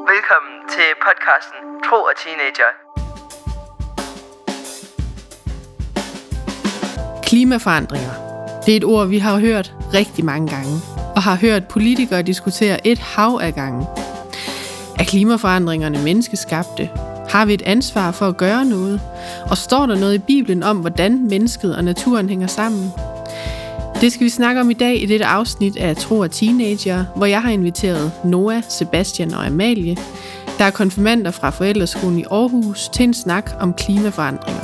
Velkommen til podcasten Tro og Teenager. Klimaforandringer. Det er et ord, vi har hørt rigtig mange gange, og har hørt politikere diskutere et hav af gange. Er klimaforandringerne menneskeskabte? Har vi et ansvar for at gøre noget? Og står der noget i Bibelen om, hvordan mennesket og naturen hænger sammen? Det skal vi snakke om i dag i dette afsnit af Tro og Teenager, hvor jeg har inviteret Noah, Sebastian og Amalie, der er konfirmander fra Forældreskolen i Aarhus, til en snak om klimaforandringer.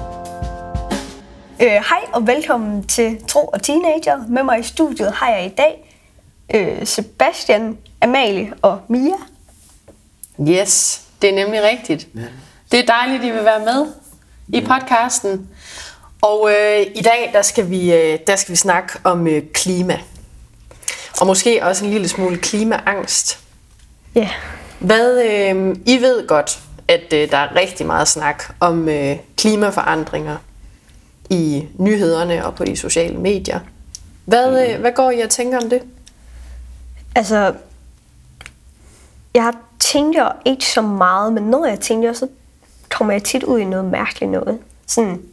Hej og velkommen til Tro og Teenager. Med mig i studiet har jeg i dag Sebastian, Amalie og Mia. Yes, det er nemlig rigtigt. Ja. Det er dejligt, at I vil være med i podcasten. Og i dag der skal vi snakke om klima. Og måske også en lille smule klimaangst. Ja. I ved godt, at der er rigtig meget snak om klimaforandringer i nyhederne og på de sociale medier. Hvad går I og tænker om det? Altså, jeg tænker ikke så meget, men når jeg tænker, så kommer jeg tit ud i noget mærkeligt noget. Sådan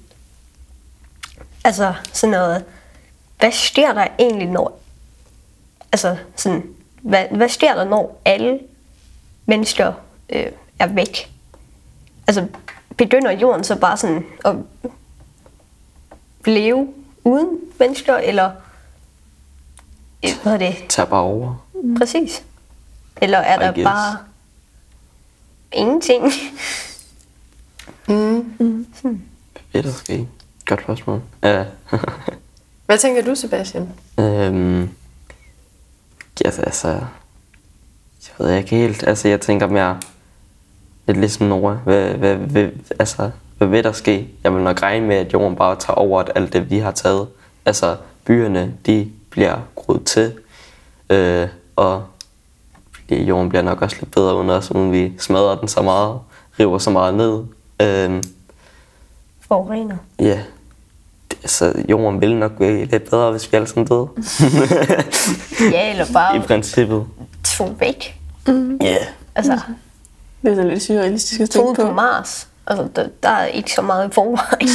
noget, hvad sker der egentlig, når... Altså, sådan, hvad sker der, når alle mennesker er væk? Altså, begynder jorden så bare sådan at leve uden mennesker, eller... Hvad er det? Tager bare over. Præcis. Eller er der bare ingenting? Hvad vil der ske? Godt spørgsmål. Hvad tænker du, Sebastian? Jeg ved ikke helt. Altså, jeg tænker mere lidt ligesom Noah. Hvad vil der ske? Jeg vil nok regne med, at jorden bare tager over alt det, vi har taget. Altså, byerne, de bliver groet til. Og jorden bliver nok også lidt bedre under os, uden vi smadrer den så meget, river så meget ned. Forurener. Ja. Så jorden ville nok være lidt bedre, hvis vi alle sådan døde. Ja, eller bare... I princippet. Tog væk. Ja. Altså, Det er sådan lidt surrealistisk at tænke tog på Mars. Altså, der er ikke så meget i forvejen.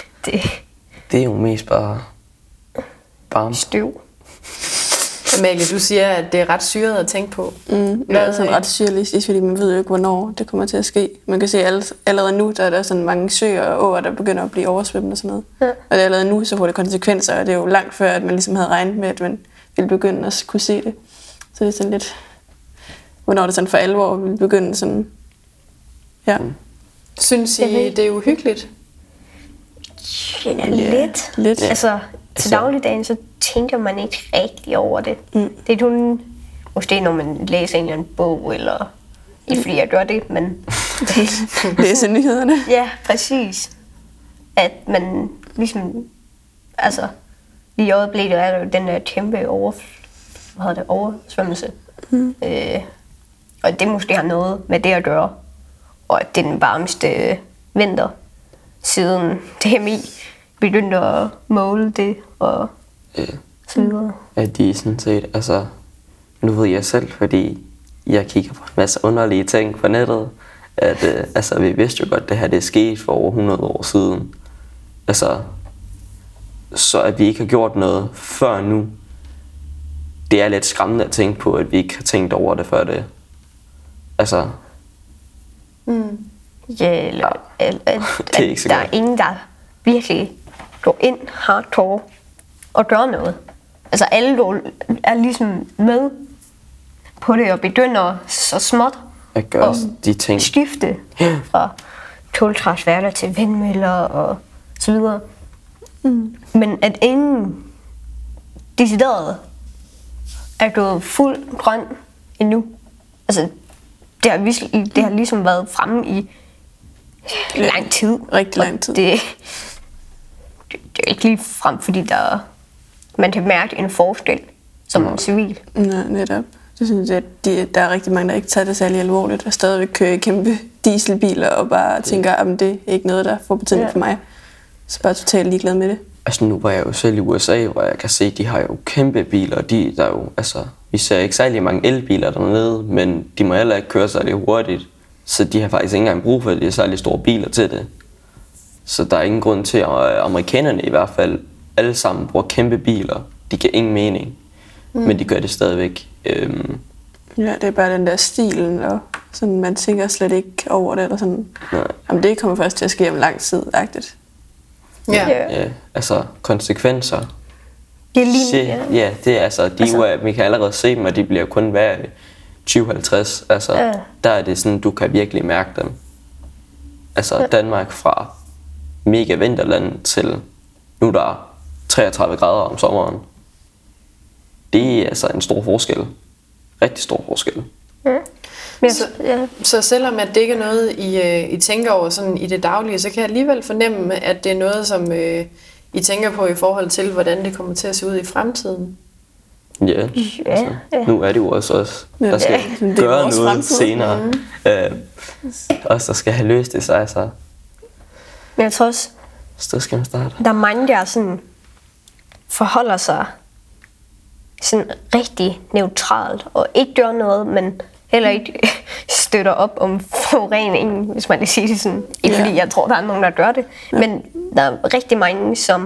Det er jo mest bare varmt. Støv. Amalie, du siger, at det er ret syret at tænke på. Det er sådan ret surrealistisk, fordi man ved jo ikke, hvornår det kommer til at ske. Man kan se allerede nu, der er der sådan mange søer og åer, der begynder at blive oversvømmet og sådan noget. Ja. Og det er allerede nu, så får det konsekvenser, og det er jo langt før, at man ligesom havde regnet med, at man ville begynde at kunne se det. Så det er sådan lidt, hvornår det sådan for alvor vil begynde sådan, ja. Synes I, det er uhyggeligt? Ja, lidt. Ja. Altså, til dagligdagen, så tænker man ikke rigtig over det. Det er kun, måske når man læser en eller anden bog, eller ikke fordi jeg gør det, men... Læser nyhederne. Ja, præcis. At man ligesom... Altså, lige i øjeblikket er der jo den der kæmpe oversvømmelse. Og det måske har noget med det at gøre. Og at det er den varmeste vinter siden DMI begyndte at måle det og så videre. At de sådan set, altså, nu ved jeg selv, fordi jeg kigger på en masse underlige ting på nettet, at vi vidste jo godt, at det her det er sket for over 100 år siden. Altså, så at vi ikke har gjort noget før nu, det er lidt skræmmende at tænke på, at vi ikke har tænkt over det før det. Altså... Ja, eller at det er ikke så der godt. er ingen, der virkelig går ind hardcore og gør noget. Altså alle er ligesom med på det og begynder så småt At gøre de ting. Skifte fra kulkraftværker til vindmøller og så videre. Men at ingen decideret er gået fuld grøn endnu. Altså det har ligesom været fremme i lang tid. Rigtig lang tid. Det er ikke lige frem, fordi man kan mærke en forskel som civil. Ja, netop. Jeg synes, at der er rigtig mange, der ikke tager det særlig alvorligt, og stadigvæk kører kæmpe dieselbiler og bare tænker, at det er ikke noget, der får betydning for mig. Så bare totalt ligeglad med det. Altså nu var jeg jo selv i USA, hvor jeg kan se, de har jo kæmpe biler, der er jo, altså, vi ser ikke særlig mange elbiler dernede, men de må heller ikke køre særlig hurtigt. Så de har faktisk ikke engang brug for, at det er særlig store biler til det. Så der er ingen grund til, at amerikanerne i hvert fald alle sammen bruger kæmpe biler. De giver ingen mening, men de gør det stadigvæk. Ja, det er bare den der stilen, og sådan, man tænker slet ikke over det, eller sådan. Nej. Jamen, det kommer først til at ske om lang tid-agtigt. Ja. Ja, altså konsekvenser. Det er lige, Ja, det er altså, vi kan allerede se dem, og de bliver kun hver 2050. Altså, der er det sådan, du kan virkelig mærke dem. Altså, Danmark fra mega vinterland til nu der er 33 grader om sommeren. Det er altså en stor forskel. Rigtig stor forskel. Så selvom at det ikke er noget, I tænker over sådan i det daglige, så kan jeg alligevel fornemme, at det er noget, som I tænker på i forhold til, hvordan det kommer til at se ud i fremtiden. Ja, altså, nu er det jo også der skal gøre noget fremtid. Senere. Os, der skal have løst det, så altså. Men jeg tror også, så skal man starte. der er mange, der sådan forholder sig sådan rigtig neutralt og ikke gør noget, men heller ikke støtter op om forureningen, hvis man kan sige det sådan. Ikke fordi jeg tror, der er nogen, der gør det, men der er rigtig mange, som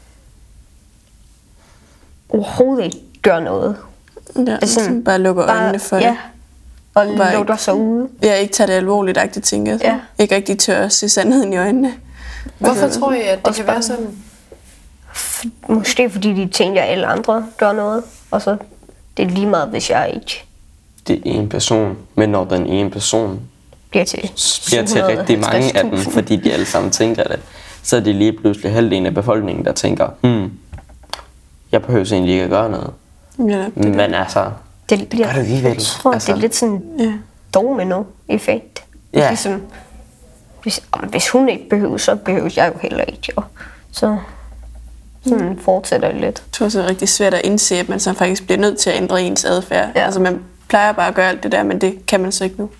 overhovedet ikke gør noget. Ja, sådan, bare lukker øjnene for det. Og lukker sig ude. Ja, ikke tager det alvorligt-agtigt, tænker jeg. Ja. Ikke rigtig tør at se sandheden i øjnene. Hvorfor tror I, at det kan være sådan? Måske fordi de tænker, at alle andre gør noget, og så det er lige meget, hvis jeg ikke. Det er en person, men når den ene person bliver til rigtig mange af dem, fordi de alle sammen tænker det, så er det lige pludselig halvdelen af befolkningen, der tænker, jeg behøver egentlig ikke at gøre noget. Ja, men altså, det bliver, gør det alligevel. Jeg tror, det er lidt sådan domino-effekt. Ja. Ligesom, hvis hun ikke behøver, så behøver jeg jo heller ikke. Og så sådan fortsætter det lidt. Jeg tror også, det er rigtig svært at indse, at man så faktisk bliver nødt til at ændre ens adfærd. Ja. Altså man plejer bare at gøre alt det der, men det kan man så ikke nu.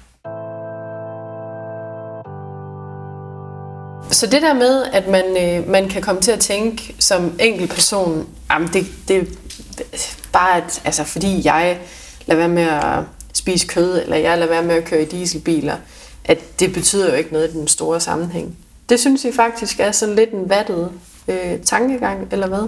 Så det der med, at man kan komme til at tænke som enkelt person, jamen det er bare, altså fordi jeg lader være med at spise kød, eller jeg lader være med at køre i dieselbiler, at det betyder jo ikke noget i den store sammenhæng. Det synes I faktisk er sådan lidt en vattet tankegang, eller hvad?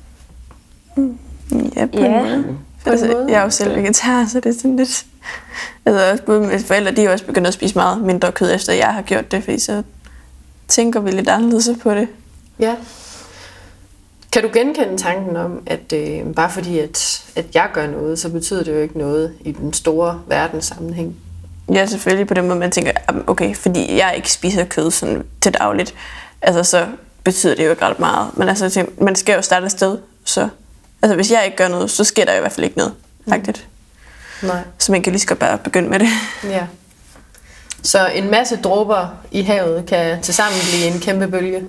Ja, på en måde. Altså, jeg er jo selv vegetar, så det er sådan lidt. Altså også både mine forældre, de er også begyndt at spise meget mindre kød, efter jeg har gjort det, fordi så tænker vi lidt anderledes på det. Ja. Kan du genkende tanken om, at bare fordi at jeg gør noget, så betyder det jo ikke noget i den store verdenssammenhæng? Ja, selvfølgelig på den måde, man tænker, okay, fordi jeg ikke spiser kød sådan til dagligt, altså så betyder det jo ikke ret meget. Men altså, man skal jo starte et sted, så altså, hvis jeg ikke gør noget, så sker der i hvert fald ikke noget, faktisk. Nej. Så man kan lige så godt bare begynde med det. Ja. Så en masse dråber i havet kan tilsammen blive en kæmpe bølge.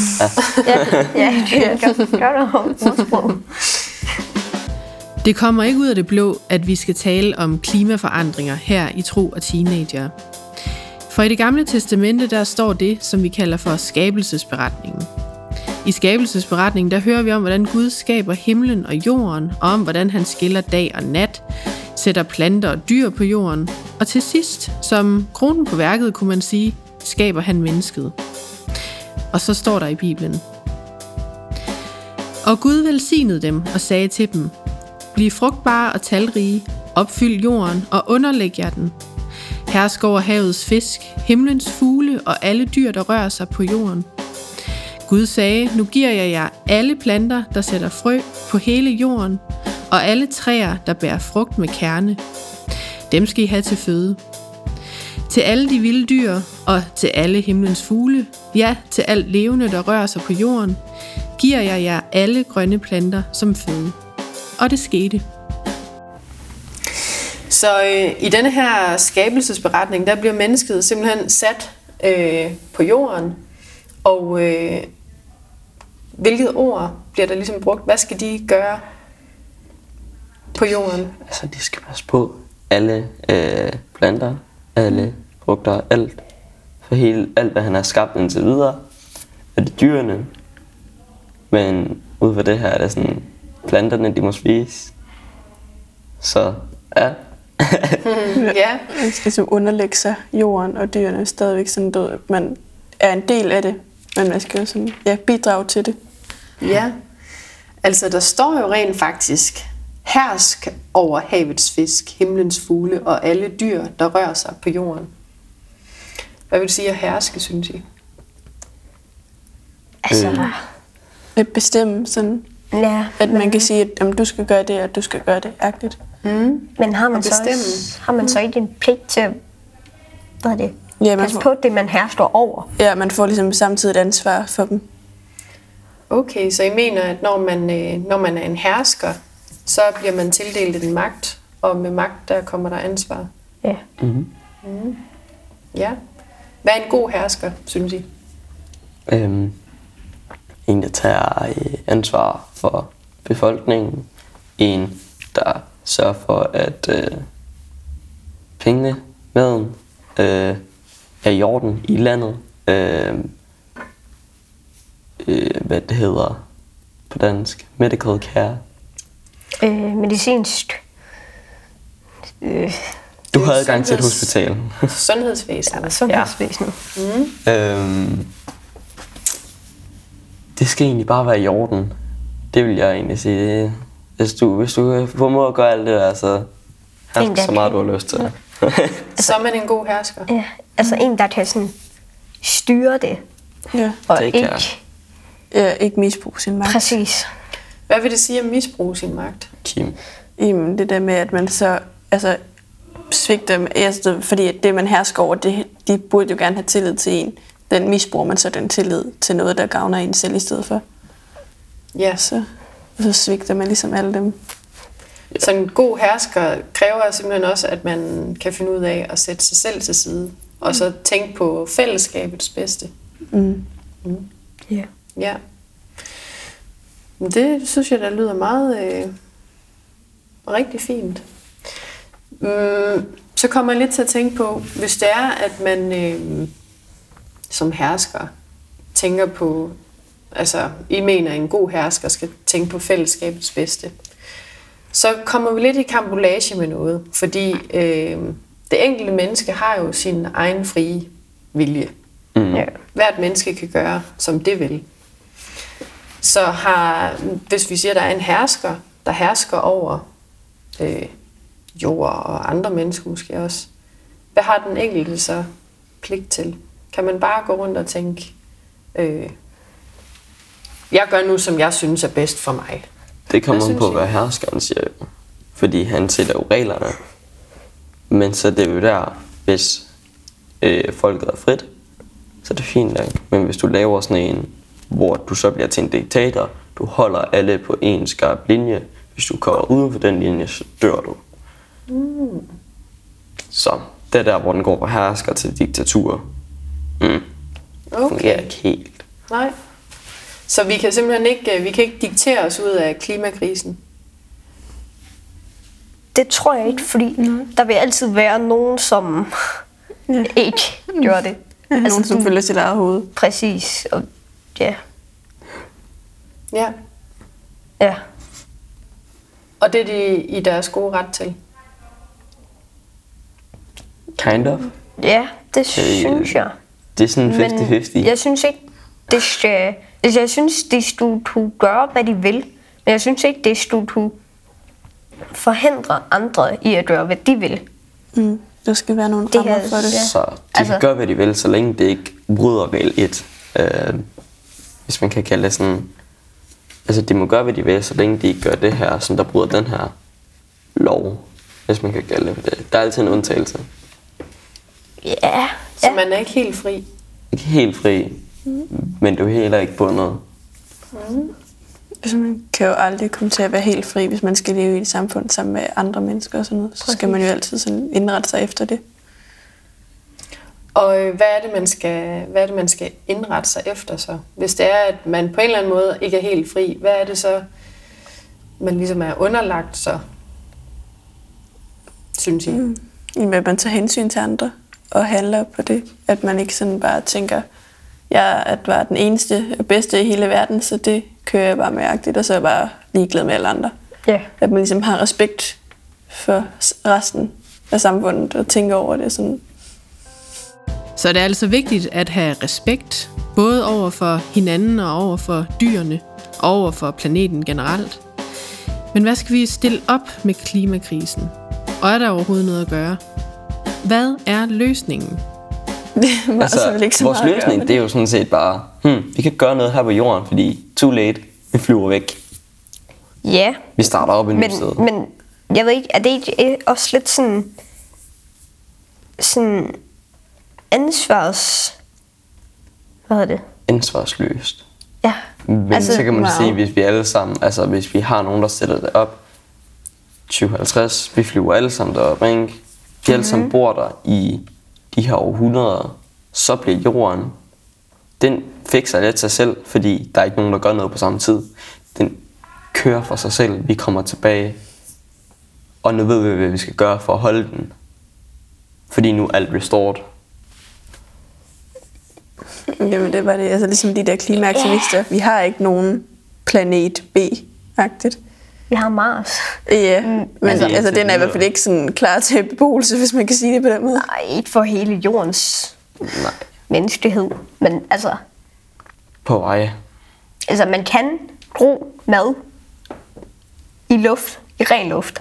Det gør det. Det kommer ikke ud af det blå, at vi skal tale om klimaforandringer her i Tro og Teenager. For i Det Gamle Testamente, der står det, som vi kalder for skabelsesberetningen. I skabelsesberetningen, der hører vi om, hvordan Gud skaber himlen og jorden, og om, hvordan han skiller dag og nat, sætter planter og dyr på jorden, og til sidst, som kronen på værket, kunne man sige, skaber han mennesket. Og så står der i Bibelen: Og Gud velsignede dem og sagde til dem: Bliv frugtbare og talrige, opfyld jorden og underlæg jer den. Hersk over havets fisk, himlens fugle og alle dyr, der rører sig på jorden. Gud sagde: Nu giver jeg jer alle planter, der sætter frø på hele jorden, og alle træer, der bærer frugt med kerne. Dem skal I have til føde. Til alle de vilde dyr og til alle himlens fugle, ja, til alt levende, der rører sig på jorden, giver jeg jer alle grønne planter som føde. Og det skete. Så i denne her skabelsesberetning, der bliver mennesket simpelthen sat på jorden. Og hvilket ord bliver der ligesom brugt? Hvad skal de gøre på jorden? Altså, de skal passe på alle planter, alle frugter, alt. For alt, hvad han har skabt indtil videre, er det dyrene. Men ud fra det her er det sådan, planterne, de må spise. Så ja. Ja. Man skal ligesom underlægge sig jorden og dyrene stadigvæk sådan død. Man er en del af det, men man skal jo sådan, bidrage til det. Ja. Altså, der står jo rent faktisk, hersk over havets fisk, himlens fugle og alle dyr, der rører sig på jorden. Hvad vil du sige at herske, synes I? Altså, At bestemme sådan, ja. at man kan sige, at du skal gøre det, og du skal gøre det, agtigt. Men har man, At så, bestemme. også, har man så ikke en pligt til at Ja, passe på det, man hersker over? Ja, man får ligesom samtidig et ansvar for dem. Okay, så I mener, at når man er en hersker, så bliver man tildelt en magt, og med magt, der kommer der ansvar. Ja. Ja. Hvad er en god hersker, synes I? En, der tager ansvar for befolkningen. En, der sørger for, at pengene, maden, er i orden i landet. Hvad det hedder på dansk? Medical care. Medicinsk. Du har adgang til et hospital. Sundhedsvæsenet. Sundhedsvæsenet. Det skal egentlig bare være i orden. Det vil jeg egentlig sige. Hvis du formår at gøre alt det der, så hersker så meget, du har lyst til. Så er man en god hersker. Ja. Altså en, der kan sådan styre det. Ja. Og Det kan ikke... jeg. Ja, ikke misbruge sin magt. Præcis. Hvad vil det sige at misbruge sin magt? Kim. Jamen, det der med, at man så svigter, fordi det, man hersker over, de burde jo gerne have tillid til en. Den misbruger man så den tillid til noget, der gavner en selv i stedet for. Ja. Så svigter man ligesom alle dem. Så en god hersker kræver simpelthen også, at man kan finde ud af at sætte sig selv til side, og så tænke på fællesskabets bedste. Ja. Ja. Men det synes jeg, der lyder meget rigtig fint. Så kommer jeg lidt til at tænke på, hvis det er, at man som hersker tænker på, altså I mener, at en god hersker skal tænke på fællesskabets bedste, så kommer vi lidt i karambolage med noget, fordi det enkelte menneske har jo sin egen frie vilje. Ja. Hvert menneske kan gøre, som det vil. Så hvis vi siger, at der er en hersker, der hersker over jord og andre mennesker måske også, hvad har den enkelte så pligt til? Kan man bare gå rundt og tænke, jeg gør nu, som jeg synes er bedst for mig? Det kommer Hvad an på, synes I? hvad herskeren siger. Fordi han sætter jo reglerne. Men så det er jo der, hvis folket er frit, så er det fint nok. Men hvis du laver sådan en, hvor du så bliver til en diktator, du holder alle på en skarp linje. Hvis du kommer uden for den linje, så dør du. Så det er der, hvor den går fra hersker til diktatur. Fungerer ikke helt. Nej. Så vi kan simpelthen ikke diktere os ud af klimakrisen. Det tror jeg ikke, fordi der vil altid være nogen, som ikke gør det. Nogen, som følger sit eget hoved. Præcis. Og ja. Ja. Ja. Og det er de i deres gode ret til. Kind of. Ja, det synes jeg. Det er sådan 50-50. Jeg synes ikke, det skal... Altså, jeg synes, de skulle gøre, hvad de vil. Men jeg synes ikke, det skulle forhindre andre i at gøre, hvad de vil. Der skal være nogle Det rammer her- for det. ja. Så de kan gøre, hvad de vil, så længe det ikke bryder regel 1. Hvis man kan kalde det sådan. Altså, de må gøre, hvad de vil, så længe de ikke gør det her, som der bryder den her lov. Hvis man kan kalde det. Der er altid en undtagelse. Ja. Så man er ikke helt fri. Ikke helt fri, men du er heller ikke bundet. Altså, man kan jo aldrig komme til at være helt fri, hvis man skal leve i et samfund sammen med andre mennesker og sådan noget. Så skal man jo altid sådan indrette sig efter det. Og hvad er det, man skal indrette sig efter så? Hvis det er, at man på en eller anden måde ikke er helt fri, hvad er det så, man ligesom er underlagt så, synes I? Jamen, at man tager hensyn til andre og handler på det. At man ikke sådan bare tænker, jeg var den eneste og bedste i hele verden, så det kører jeg bare med agtigt, og så er jeg bare ligeglad med alle andre. Ja. At man ligesom har respekt for resten af samfundet at tænke over det sådan. Så det er altså vigtigt at have respekt, både over for hinanden og over for dyrene, og over for planeten generelt. Men hvad skal vi stille op med klimakrisen? Og er der overhovedet noget at gøre? Hvad er løsningen? Vores løsning, det er jo sådan set bare, vi kan gøre noget her på jorden, fordi too late, vi flyver væk. Ja. Vi starter op i nyt sted. Men jeg ved ikke, er det ikke også lidt sådan ansvarsløst. Ja. Men altså, så kan man sige, hvis vi alle sammen, altså hvis vi har nogen, der sætter det op, 2050, vi flyver alle sammen derop, ikke? Vi alle sammen bor der i de her århundreder, så bliver jorden, den fikser lidt sig selv, fordi der er ikke nogen, der gør noget på samme tid. Den kører for sig selv, vi kommer tilbage, og nu ved vi, hvad vi skal gøre for at holde den. Fordi nu er alt restored. Jamen det var det, altså ligesom de der klimaaktivister. Vi har ikke nogen planet B-agtigt. Vi har Mars. Ja, men altså, den er i hvert fald ikke sådan klar til beboelse, hvis man kan sige det på den måde. Nej, ikke for hele jordens menneskelighed. Men altså... På vej. Altså, man kan gro mad i luft, i ren luft.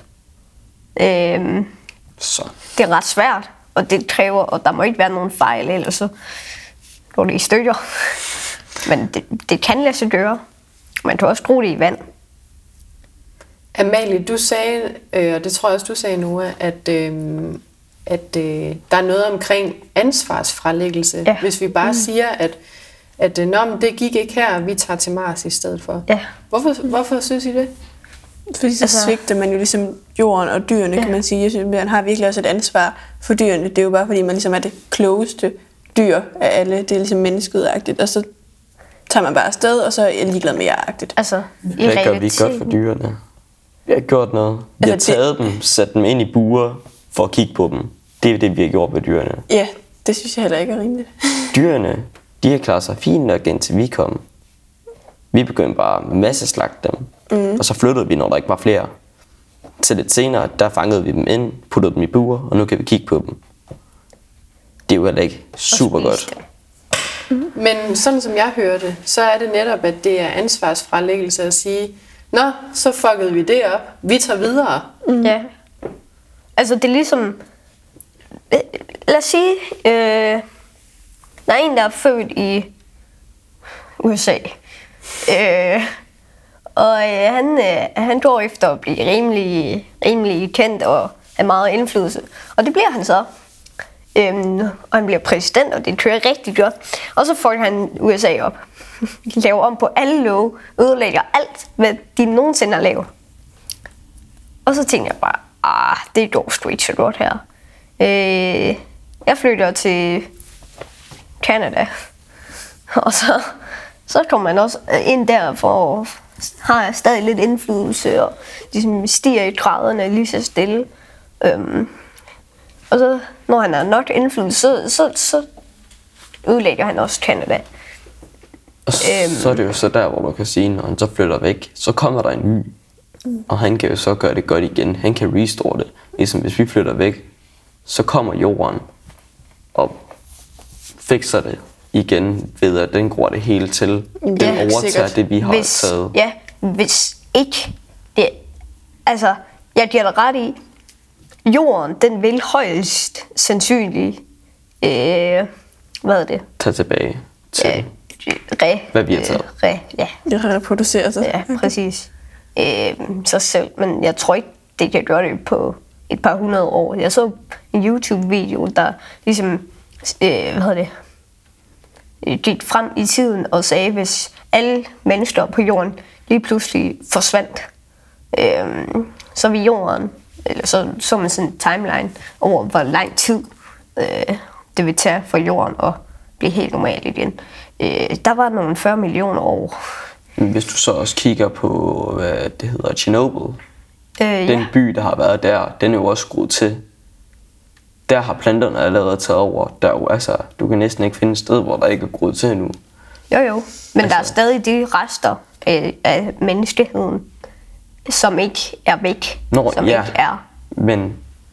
Så. Det er ret svært, og det kræver, og der må ikke være nogen fejl, ellers så går det i stykker. Men det kan lade sig gøre. Man kan også gro det i vand. Amalie, du sagde, og det tror jeg også, du sagde, Noah, at der er noget omkring ansvarsfralæggelse. Ja. Hvis vi bare siger, at det gik ikke her, vi tager til Mars i stedet for. Ja. Hvorfor synes I det? Fordi så svigter man jo ligesom jorden og dyrene, kan man sige. Jeg synes, man har virkelig også et ansvar for dyrene. Det er jo bare fordi, man ligesom er det klogeste dyr af alle. Det er ligesom menneskeudagtigt. Og så tager man bare afsted, og så er jeg ligeglad med jer-agtigt. Altså, Hvad gør vi godt for dyrene? Vi har gjort noget. Vi har taget dem, sat dem ind i buer for at kigge på dem. Det er det, vi har gjort med dyrene. Ja, det synes jeg heller ikke er rimeligt. Dyrene, de har klaret sig fint nok indtil vi kom. Vi begyndte bare med masseslagte dem. Og så flyttede vi, når der ikke var flere. Til lidt senere, der fangede vi dem ind, puttede dem i buer, og nu kan vi kigge på dem. Det er jo heller ikke super godt. Men sådan som jeg hørte, så er det netop, at det er ansvarsfralæggelse at sige, nå, så fuckede vi det op. Vi tager videre. Ja. Altså, det er ligesom... Lad os sige, der er en, der er født i USA. Og han går efter at blive rimelig kendt og have meget indflydelse. Og det bliver han så. Og han bliver præsident, og det kører rigtig godt. Og så får han USA op. Laver om på alle love, ødelægger alt, hvad de nogensinde har lavet. Og så tænker jeg bare, det går sgu ikke så godt her. Jeg flytter til Canada. Og så kommer man også ind der for har stadig lidt indflydelse, og ligesom stiger i graderne lige så stille. Og så, når han har nok indflydelse, så ødelægger han også Canada. Og så er det jo så der, hvor du kan sige, når han så flytter væk, så kommer der en ny. Og han kan jo så gøre det godt igen. Han kan restore det. Ligesom hvis vi flytter væk, så kommer jorden og fikser det igen ved, at den gror det hele til. Den overtager det, vi har taget. Ja, hvis ikke det... Altså, jeg giver dig ret i, jorden, den vil højst sandsynligt... hvad er det? Tage tilbage til, hvad vi har taget. Det reproducerer sig. Ja, præcis. Sig selv, men jeg tror ikke, det kan gøre det på et par 100 år. Jeg så en YouTube-video, der ligesom... gik frem i tiden og sagde, hvis alle mennesker på jorden lige pludselig forsvandt, så vil jorden, eller så man sådan en timeline over, hvor lang tid det vil tage for jorden at blive helt normal igen. Der var nogle 40 millioner år. Hvis du så også kigger på, hvad det hedder, Chernobyl, den by, der har været der, den er jo også skruet til. Der har planterne allerede taget over. Der er jo, altså, du kan næsten ikke finde et sted, hvor der ikke er groet til endnu. Jo, men der er stadig de rester af menneskeheden, som ikke er væk. Ikke er Men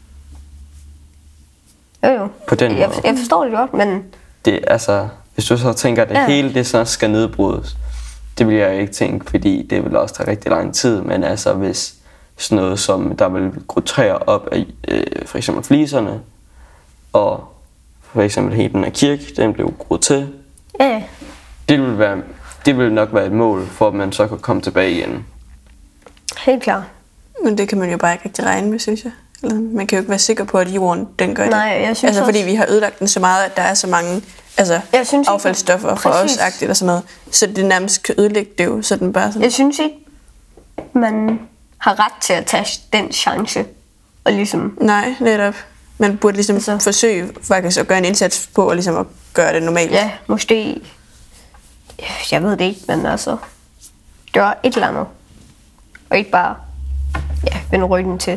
Jo. på den måde. Jeg forstår det godt, men Det, altså, hvis du så tænker, at hele det så skal nedbrydes, det vil jeg ikke tænke, fordi det vil også tage rigtig lang tid. Men altså, hvis sådan noget som, der vil gro træer op af for eksempel fliserne, og for eksempel hele den her kirke, den blev groet til, ja. det vil nok være et mål, for at man så kan komme tilbage igen. Helt klart. Men det kan man jo bare ikke rigtig regne med, synes jeg. Eller, man kan jo ikke være sikker på, at jorden den gør det. Nej, jeg synes altså, også, fordi vi har ødelagt den så meget, at der er så mange affaldsstoffer fra os agtigt og sådan noget. Så det nærmest kan ødelægge det jo, så den bare sådan. Jeg synes ikke, man har ret til at tage den chance. Og ligesom... Nej, netop. Man burde ligesom forsøge faktisk at gøre en indsats på og ligesom at gøre det normalt. Ja, måske... Jeg ved det ikke, men altså... Gøre et eller andet. Og ikke bare... Ja, vende ryggen til.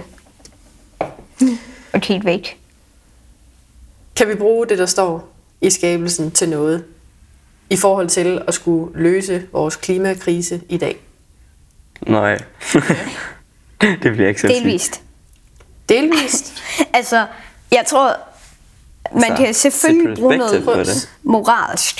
Og helt væk. Kan vi bruge det, der står i skabelsen til noget? I forhold til at skulle løse vores klimakrise i dag? Nej. Det bliver ikke så Delvist. Delvist? Altså, jeg tror... Man kan selvfølgelig bruge noget moralsk.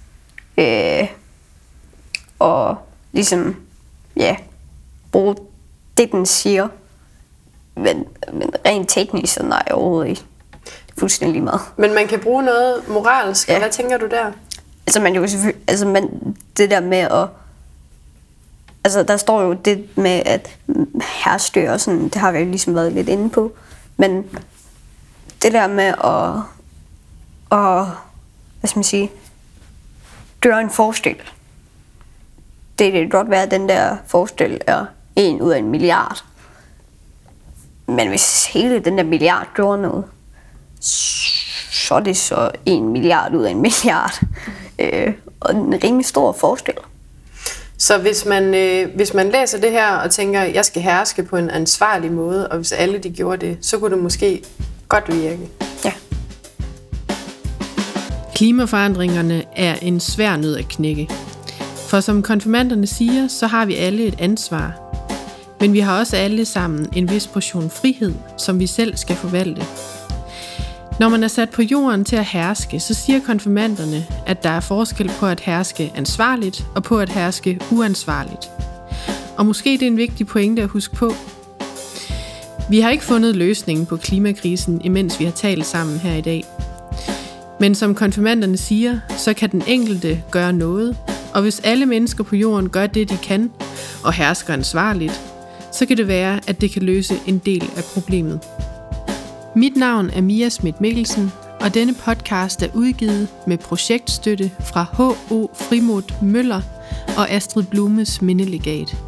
Og ligesom... Ja, bruge det, den siger. Men rent teknisk, så nej, overhovedet ikke. Fuldstændig meget. Men man kan bruge noget moralsk, og hvad tænker du der? Altså, man jo selvfølgelig... Altså, det der med at... Altså, der står jo det med, at herstø og sådan, det har vi jo ligesom været lidt inde på. Men det der med at hvad skal man sige, gøre en forskel. Det kan godt være, at den der forskel er 1 ud af 1 milliard. Men hvis hele den der milliard gjorde noget, så er det så 1 milliard ud af 1 milliard. Og en rimelig stor forskel. Så hvis man læser det her og tænker, at jeg skal herske på en ansvarlig måde, og hvis alle de gjorde det, så kunne det måske godt virke. Ja. Klimaforandringerne er en svær nød at knække. For som konfirmanderne siger, så har vi alle et ansvar. Men vi har også alle sammen en vis portion frihed, som vi selv skal forvalte. Når man er sat på jorden til at herske, så siger konfirmanderne, at der er forskel på at herske ansvarligt og på at herske uansvarligt. Og måske det er en vigtig pointe at huske på. Vi har ikke fundet løsningen på klimakrisen, imens vi har talt sammen her i dag. Men som konfirmanderne siger, så kan den enkelte gøre noget, og hvis alle mennesker på jorden gør det, de kan, og hersker ansvarligt, så kan det være, at det kan løse en del af problemet. Mit navn er Mia Schmidt Mikkelsen, og denne podcast er udgivet med projektstøtte fra H.O. Frimod Møller og Astrid Blumes Mindelegat.